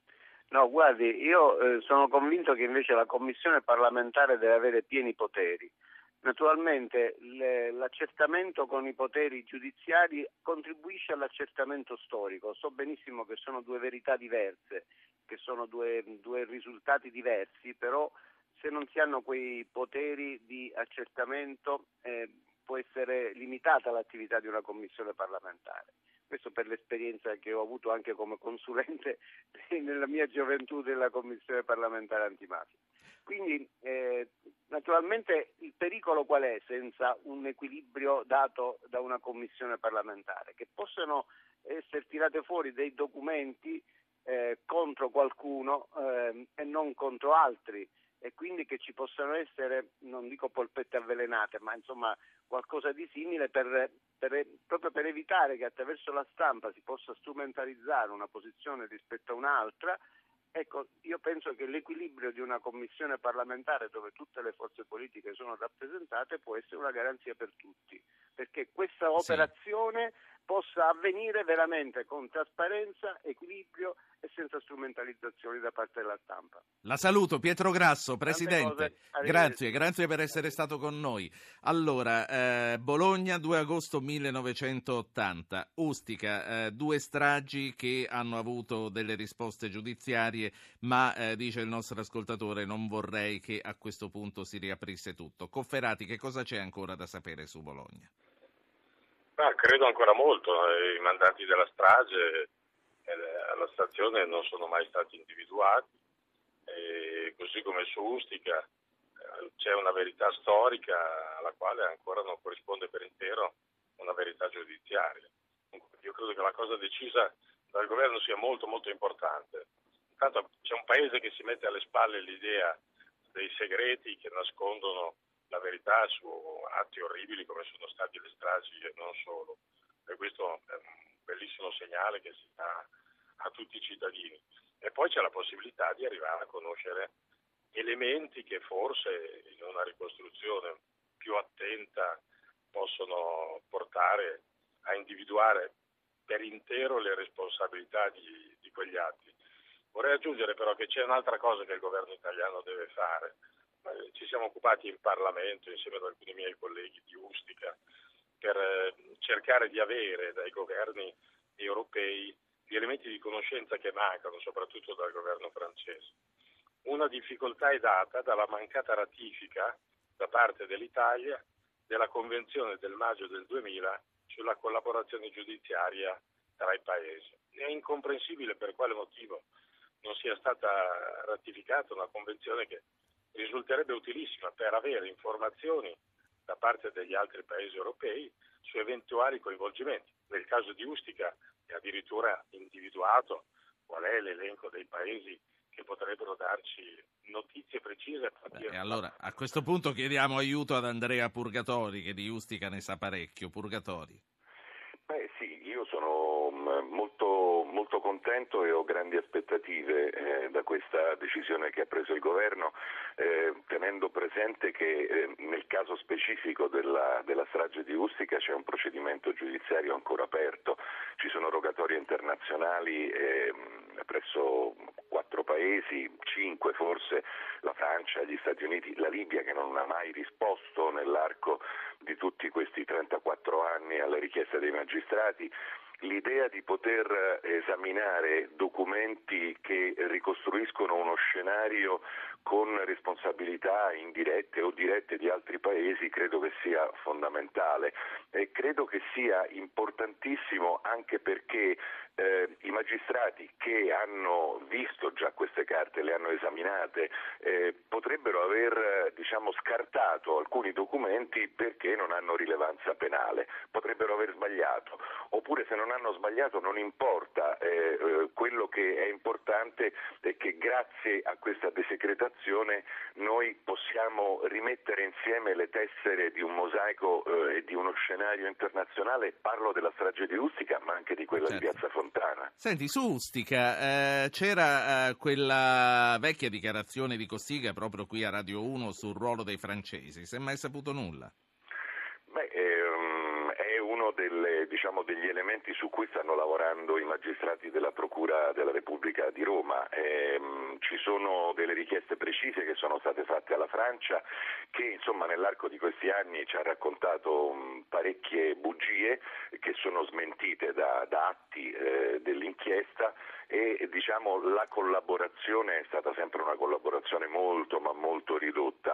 No, guardi, io eh, sono convinto che invece la Commissione parlamentare deve avere pieni poteri. Naturalmente le, l'accertamento con i poteri giudiziari contribuisce all'accertamento storico. So benissimo che sono due verità diverse, che sono due, due risultati diversi, però se non si hanno quei poteri di accertamento eh, può essere limitata l'attività di una commissione parlamentare. Questo per l'esperienza che ho avuto anche come consulente nella mia gioventù della Commissione parlamentare antimafia. Quindi eh, naturalmente il pericolo qual è senza un equilibrio dato da una commissione parlamentare? Che possano essere tirate fuori dei documenti eh, contro qualcuno eh, e non contro altri, e quindi che ci possano essere, non dico polpette avvelenate, ma insomma qualcosa di simile per, per, proprio per evitare che attraverso la stampa si possa strumentalizzare una posizione rispetto a un'altra. Ecco, io penso che l'equilibrio di una commissione parlamentare dove tutte le forze politiche sono rappresentate può essere una garanzia per tutti, perché questa operazione sì. possa avvenire veramente con trasparenza, equilibrio e senza strumentalizzazioni da parte della stampa. La saluto, Pietro Grasso, Presidente. Grazie, grazie per essere stato con noi. Allora, eh, Bologna, due agosto millenovecentottanta, Ustica, eh, due stragi che hanno avuto delle risposte giudiziarie, ma eh, dice il nostro ascoltatore, non vorrei che a questo punto si riaprisse tutto. Cofferati, che cosa c'è ancora da sapere su Bologna? Ah, credo ancora molto. I mandanti della strage alla stazione non sono mai stati individuati, e così come su Ustica c'è una verità storica alla quale ancora non corrisponde per intero una verità giudiziaria. Io credo che la cosa decisa dal governo sia molto molto importante. Intanto c'è un paese che si mette alle spalle l'idea dei segreti che nascondono la verità su atti orribili come sono stati le stragi e non solo, e questo è un bellissimo segnale che si dà a tutti i cittadini. E poi c'è la possibilità di arrivare a conoscere elementi che forse in una ricostruzione più attenta possono portare a individuare per intero le responsabilità di, di quegli atti. Vorrei aggiungere però che c'è un'altra cosa che il governo italiano deve fare. Ci siamo occupati in Parlamento insieme ad alcuni miei colleghi di Ustica per cercare di avere dai governi europei gli elementi di conoscenza che mancano, soprattutto dal governo francese. Una difficoltà è data dalla mancata ratifica da parte dell'Italia della Convenzione del maggio del duemila sulla collaborazione giudiziaria tra i paesi. È incomprensibile per quale motivo non sia stata ratificata una convenzione che risulterebbe utilissima per avere informazioni da parte degli altri paesi europei su eventuali coinvolgimenti. Nel caso di Ustica è addirittura individuato qual è l'elenco dei paesi che potrebbero darci notizie precise. Beh, e allora a questo punto chiediamo aiuto ad Andrea Purgatori, che di Ustica ne sa parecchio. Purgatori. Beh sì, io sono molto, molto contento e ho grandi aspettative eh, da questa decisione che ha preso il governo, eh, tenendo presente che eh, nel caso specifico della, della strage di Ustica c'è un procedimento giudiziario ancora aperto, ci sono rogatorie internazionali eh, presso quattro paesi, cinque forse, la Francia, gli Stati Uniti, la Libia, che non ha mai risposto nell'arco di tutti questi trentaquattro anni alle richieste dei magistrati. L'idea di poter esaminare documenti che ricostruiscono uno scenario con responsabilità indirette o dirette di altri paesi credo che sia fondamentale e credo che sia importantissimo anche perché eh, i magistrati che hanno visto già queste carte, le hanno esaminate, eh, potrebbero aver diciamo scartato alcuni documenti perché non hanno rilevanza penale, potrebbero aver sbagliato, oppure se non hanno sbagliato non importa, eh, quello che è importante è che grazie a questa desecretazione noi possiamo rimettere insieme le tessere di un mosaico eh, e di uno scenario internazionale, parlo della strage di Ustica ma anche di quella certo. di Piazza Fontana. Senti, su Ustica eh, c'era eh, quella vecchia dichiarazione di Cossiga proprio qui a Radio uno sul ruolo dei francesi, si è mai saputo nulla? Beh, ehm, è uno delle, diciamo, degli elementi su cui stanno lavorando i magistrati della Procura della Repubblica di Roma. Ehm, ci sono delle richieste precise che sono state fatte alla Francia che insomma nell'arco di questi anni ci ha raccontato mh, parecchie bugie che sono smentite da, da atti eh, dell'inchiesta e diciamo la collaborazione è stata sempre una collaborazione molto ma molto ridotta.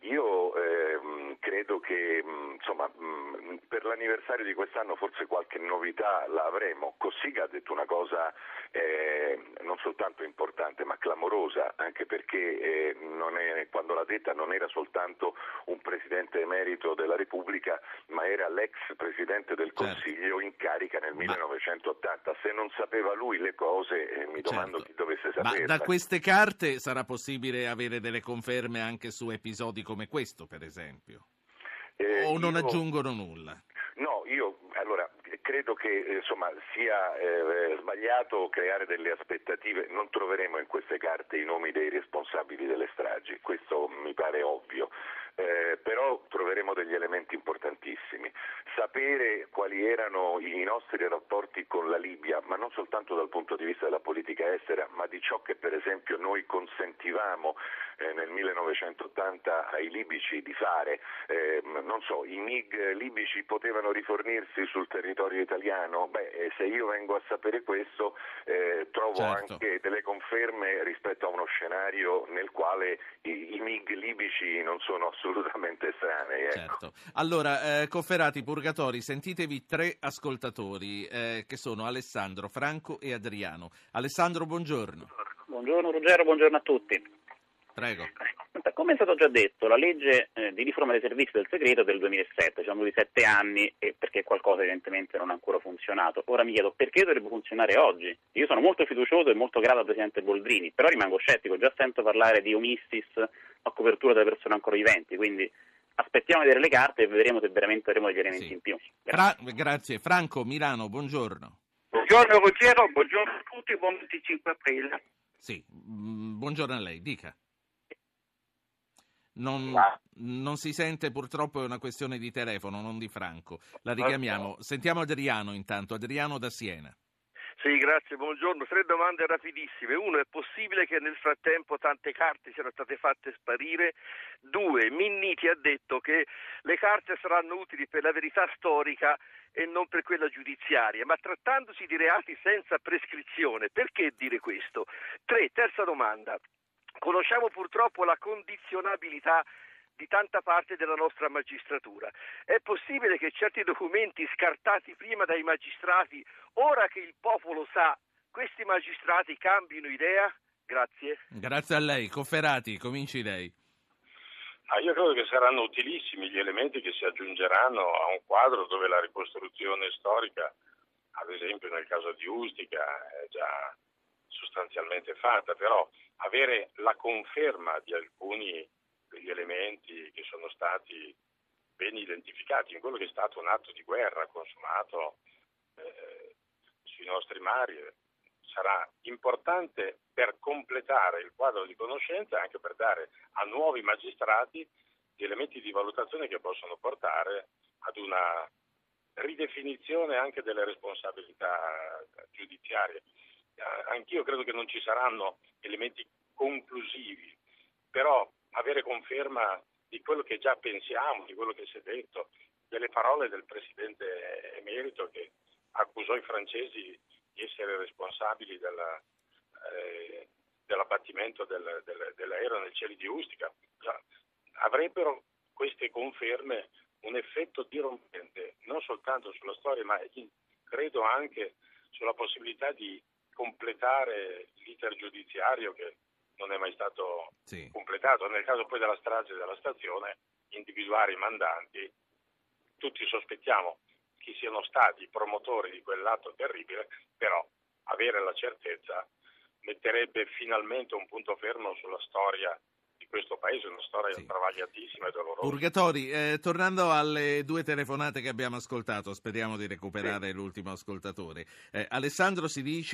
Io ehm, credo che mh, insomma mh, per l'anniversario di quest'anno forse qualche novità la avremo. Cossiga ha detto una cosa eh, non soltanto importante ma clamorosa, anche perché eh, non è, quando l'ha detta non era soltanto un presidente emerito della Repubblica ma era l'ex presidente del Consiglio certo. in carica nel ma... millenovecentottanta. Se non sapeva lui le cose eh, mi domando certo. chi dovesse saperle. Ma da queste carte sarà possibile avere delle conferme anche su episodi come questo, per esempio? Eh, o non io... aggiungono nulla? No, io allora credo che insomma sia eh, sbagliato creare delle aspettative. Non troveremo in queste carte i nomi dei responsabili delle stragi, questo mi pare ovvio. Eh, però troveremo degli elementi importantissimi. Sapere quali erano i nostri rapporti con la Libia, ma non soltanto dal punto di vista della politica estera, ma di ciò che per esempio noi consentivamo eh, nel millenovecentottanta ai libici di fare. Eh, non so, i MiG libici potevano rifornirsi sul territorio italiano? Beh, se io vengo a sapere questo eh, trovo certo. anche delle conferme rispetto a uno scenario nel quale i, i MiG libici non sono assolutamente estranei. Ecco. Certo. Allora, eh, Cofferati, Purgatori, sentitevi tre ascoltatori eh, che sono Alessandro, Franco e Adriano. Alessandro, buongiorno. Buongiorno Ruggero, buongiorno a tutti. Prego. Come è stato già detto, la legge eh, di riforma dei servizi del segreto è del duemilasette, ci sono voluti sette anni e perché qualcosa evidentemente non ha ancora funzionato. Ora mi chiedo perché dovrebbe funzionare oggi? Io sono molto fiducioso e molto grato al Presidente Boldrini, però rimango scettico, già sento parlare di omissis a copertura delle persone ancora viventi, quindi aspettiamo di vedere le carte e vedremo se veramente avremo degli elementi sì. in più. Grazie. Fra- grazie. Franco, Milano, buongiorno. Buongiorno Ruggero, buongiorno a tutti, buon venticinque aprile. Sì, mm, buongiorno a lei, dica. Non, non si sente, purtroppo è una questione di telefono, non di Franco. La richiamiamo. Sentiamo Adriano intanto, Adriano da Siena. Sì, grazie, buongiorno. Tre domande rapidissime. Uno, è possibile che nel frattempo tante carte siano state fatte sparire? Due, Minniti ha detto che le carte saranno utili per la verità storica e non per quella giudiziaria, ma trattandosi di reati senza prescrizione, perché dire questo? Tre, terza domanda. Conosciamo purtroppo la condizionabilità di tanta parte della nostra magistratura. È possibile che certi documenti scartati prima dai magistrati, ora che il popolo sa, questi magistrati cambino idea? Grazie. Grazie a lei. Cofferati, cominci lei. Ah, io credo che saranno utilissimi gli elementi che si aggiungeranno a un quadro dove la ricostruzione storica, ad esempio nel caso di Ustica, è già sostanzialmente fatta, però avere la conferma di alcuni degli elementi che sono stati ben identificati in quello che è stato un atto di guerra consumato eh, sui nostri mari sarà importante per completare il quadro di conoscenza e anche per dare a nuovi magistrati gli elementi di valutazione che possono portare ad una ridefinizione anche delle responsabilità giudiziarie. Anch'io credo che non ci saranno elementi conclusivi, però avere conferma di quello che già pensiamo, di quello che si è detto, delle parole del Presidente emerito che accusò i francesi di essere responsabili della, eh, dell'abbattimento del, del, dell'aereo nel cielo di Ustica, avrebbero queste conferme un effetto dirompente non soltanto sulla storia, ma credo anche sulla possibilità di completare l'iter giudiziario che non è mai stato sì. completato. Nel caso poi della strage della stazione, individuare i mandanti, tutti sospettiamo chi siano stati i promotori di quell'atto terribile, però avere la certezza metterebbe finalmente un punto fermo sulla storia di questo paese, una storia sì. travagliatissima e dolorosa. Purgatori, eh, tornando alle due telefonate che abbiamo ascoltato, speriamo di recuperare sì. l'ultimo ascoltatore. Eh, Alessandro si dice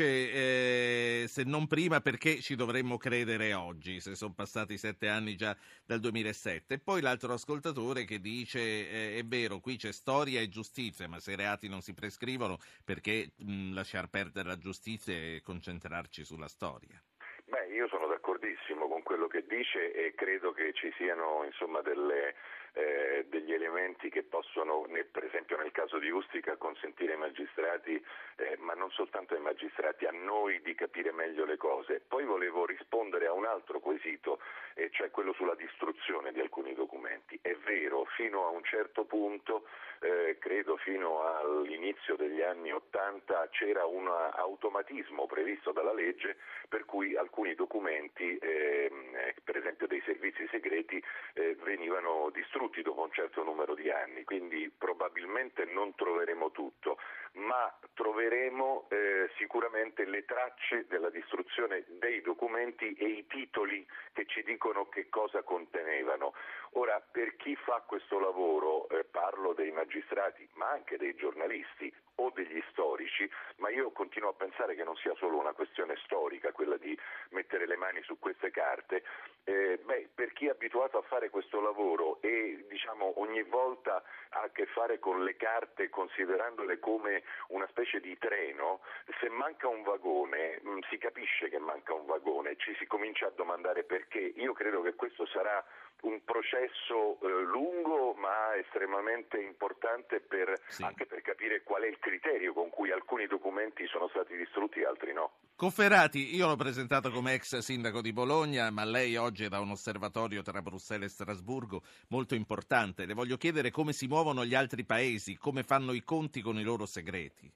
eh, se non prima perché ci dovremmo credere oggi, se sono passati sette anni già dal duemilasette. E poi l'altro ascoltatore che dice eh, è vero, qui c'è storia e giustizia, ma se i reati non si prescrivono, perché mh, lasciar perdere la giustizia e concentrarci sulla storia? Beh, io sono d'accordissimo con quello che dice e credo che ci siano insomma delle, eh, degli elementi che possono, nel, per esempio nel caso di Ustica, consentire ai magistrati, eh, ma non soltanto ai magistrati, a noi di capire meglio le cose. Poi volevo rispondere a un altro quesito, eh, cioè quello sulla distruzione di alcuni documenti. È vero, fino a un certo punto, eh, credo fino all'inizio degli anni Ottanta, c'era un automatismo previsto dalla legge per cui alcuni documenti, eh, per esempio dei servizi segreti, eh, venivano distrutti dopo un certo numero di anni, quindi probabilmente non troveremo tutto, ma troveremo eh, sicuramente le tracce della distruzione dei documenti e i titoli che ci dicono che cosa contenevano. Ora, per chi fa questo lavoro, eh, parlo dei magistrati, ma anche dei giornalisti o degli storici, ma io continuo a pensare che non sia solo una questione storica quella di mettere le mani su queste carte, eh, beh, per chi è abituato a fare questo lavoro e diciamo ogni volta ha a che fare con le carte considerandole come una specie di treno, se manca un vagone mh, si capisce che manca un vagone, ci si comincia a domandare perché. Io credo che questo sarà un processo eh, lungo ma estremamente importante per, sì. anche per capire qual è il criterio con cui alcuni documenti sono stati distrutti e altri no. Cofferati, io l'ho presentato come ex sindaco di Bologna, ma lei oggi è da un osservatorio tra Bruxelles e Strasburgo molto importante. Le voglio chiedere come si muovono gli altri paesi, come fanno i conti con i loro segreti.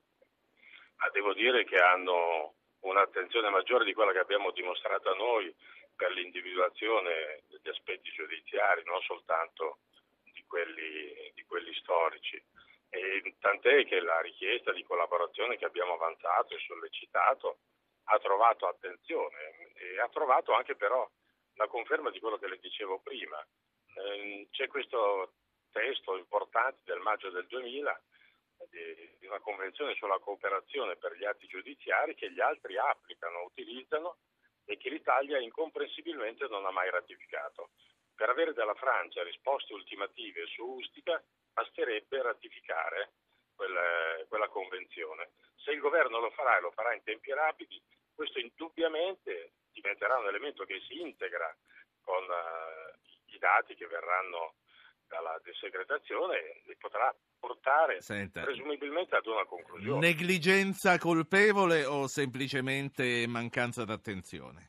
Ah, devo dire che hanno un'attenzione maggiore di quella che abbiamo dimostrato noi per l'individuazione degli aspetti giudiziari, non soltanto di quelli, di quelli storici. E tant'è che la richiesta di collaborazione che abbiamo avanzato e sollecitato ha trovato attenzione e ha trovato anche però la conferma di quello che le dicevo prima. Eh, c'è questo testo importante del maggio del duemila di, di una convenzione sulla cooperazione per gli atti giudiziari che gli altri applicano, utilizzano e che l'Italia incomprensibilmente non ha mai ratificato. Per avere dalla Francia risposte ultimative su Ustica basterebbe ratificare quella, quella convenzione. Se il governo lo farà e lo farà in tempi rapidi, questo indubbiamente diventerà un elemento che si integra con uh, i dati che verranno dalla desecretazione e potrà portare Senta, presumibilmente ad una conclusione. Negligenza colpevole o semplicemente mancanza d'attenzione?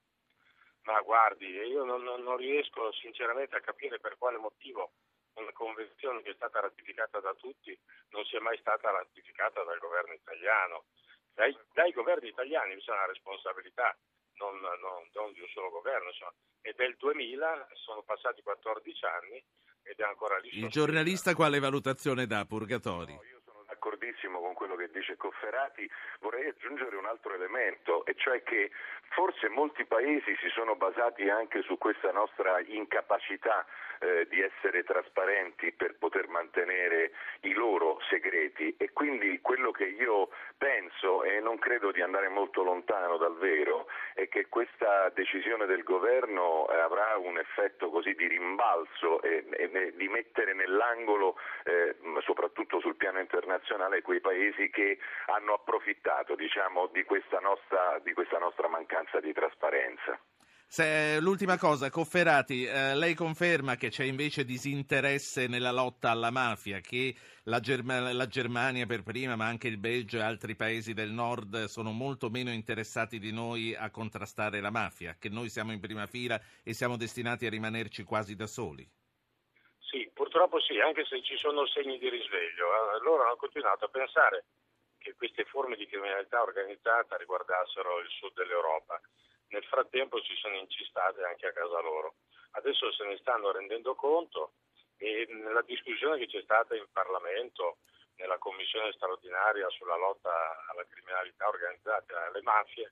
Ma guardi, io non, non riesco sinceramente a capire per quale motivo una convenzione che è stata ratificata da tutti non sia mai stata ratificata dal governo italiano. Dai, dai governi italiani c'è una responsabilità, non, non, non di un solo governo, insomma. È del duemila, sono passati quattordici anni ed è ancora lì. Il giornalista quale valutazione dà, Purgatori? No, io sono d'accordissimo con quello che dice Cofferati, vorrei aggiungere un altro elemento, e cioè che forse molti paesi si sono basati anche su questa nostra incapacità eh, di essere trasparenti per poter mantenere i loro segreti, e quindi quello che io penso, e non credo di andare molto lontano dal vero, è che questa decisione del governo eh, avrà un effetto così di rimbalzo e, e di mettere nell'angolo eh, soprattutto sul piano internazionale quei paesi che hanno approfittato, diciamo, di questa nostra, di questa nostra mancanza di trasparenza. Se, l'ultima cosa, Cofferati, eh, lei conferma che c'è invece disinteresse nella lotta alla mafia, che la, Germ- la Germania per prima, ma anche il Belgio e altri paesi del nord sono molto meno interessati di noi a contrastare la mafia, che noi siamo in prima fila e siamo destinati a rimanerci quasi da soli? Sì, purtroppo sì, anche se ci sono segni di risveglio. Loro hanno continuato a pensare che queste forme di criminalità organizzata riguardassero il sud dell'Europa. Nel frattempo si sono incistate anche a casa loro. Adesso se ne stanno rendendo conto e nella discussione che c'è stata in Parlamento, nella commissione straordinaria sulla lotta alla criminalità organizzata e alle mafie,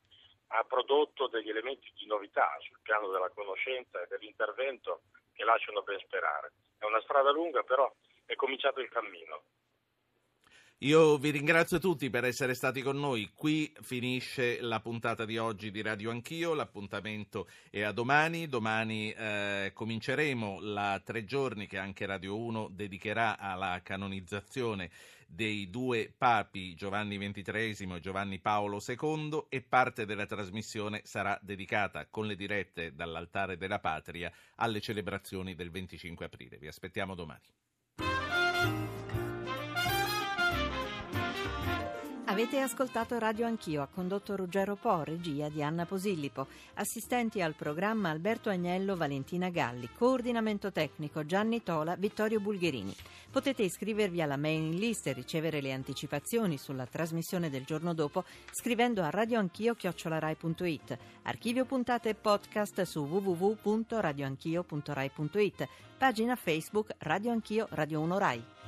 ha prodotto degli elementi di novità sul piano della conoscenza e dell'intervento che lasciano ben sperare. È una strada lunga, però è cominciato il cammino. Io vi ringrazio tutti per essere stati con noi. Qui finisce la puntata di oggi di Radio Anch'io, l'appuntamento è a domani. Domani eh, cominceremo la tre giorni che anche Radio uno dedicherà alla canonizzazione dei due papi, Giovanni ventitreesimo e Giovanni Paolo secondo, e parte della trasmissione sarà dedicata, con le dirette dall'Altare della Patria, alle celebrazioni del venticinque aprile. Vi aspettiamo domani. Avete ascoltato Radio Anch'io, ha condotto Ruggero Po, regia di Anna Posillipo, assistenti al programma Alberto Agnello, Valentina Galli, coordinamento tecnico Gianni Tola, Vittorio Bulgherini. Potete iscrivervi alla mailing list e ricevere le anticipazioni sulla trasmissione del giorno dopo scrivendo a radioanchio chiocciola rai punto it. Archivio puntate e podcast su w w w punto radioanchio punto rai punto it. Pagina Facebook Radio Anch'io Radio uno Rai.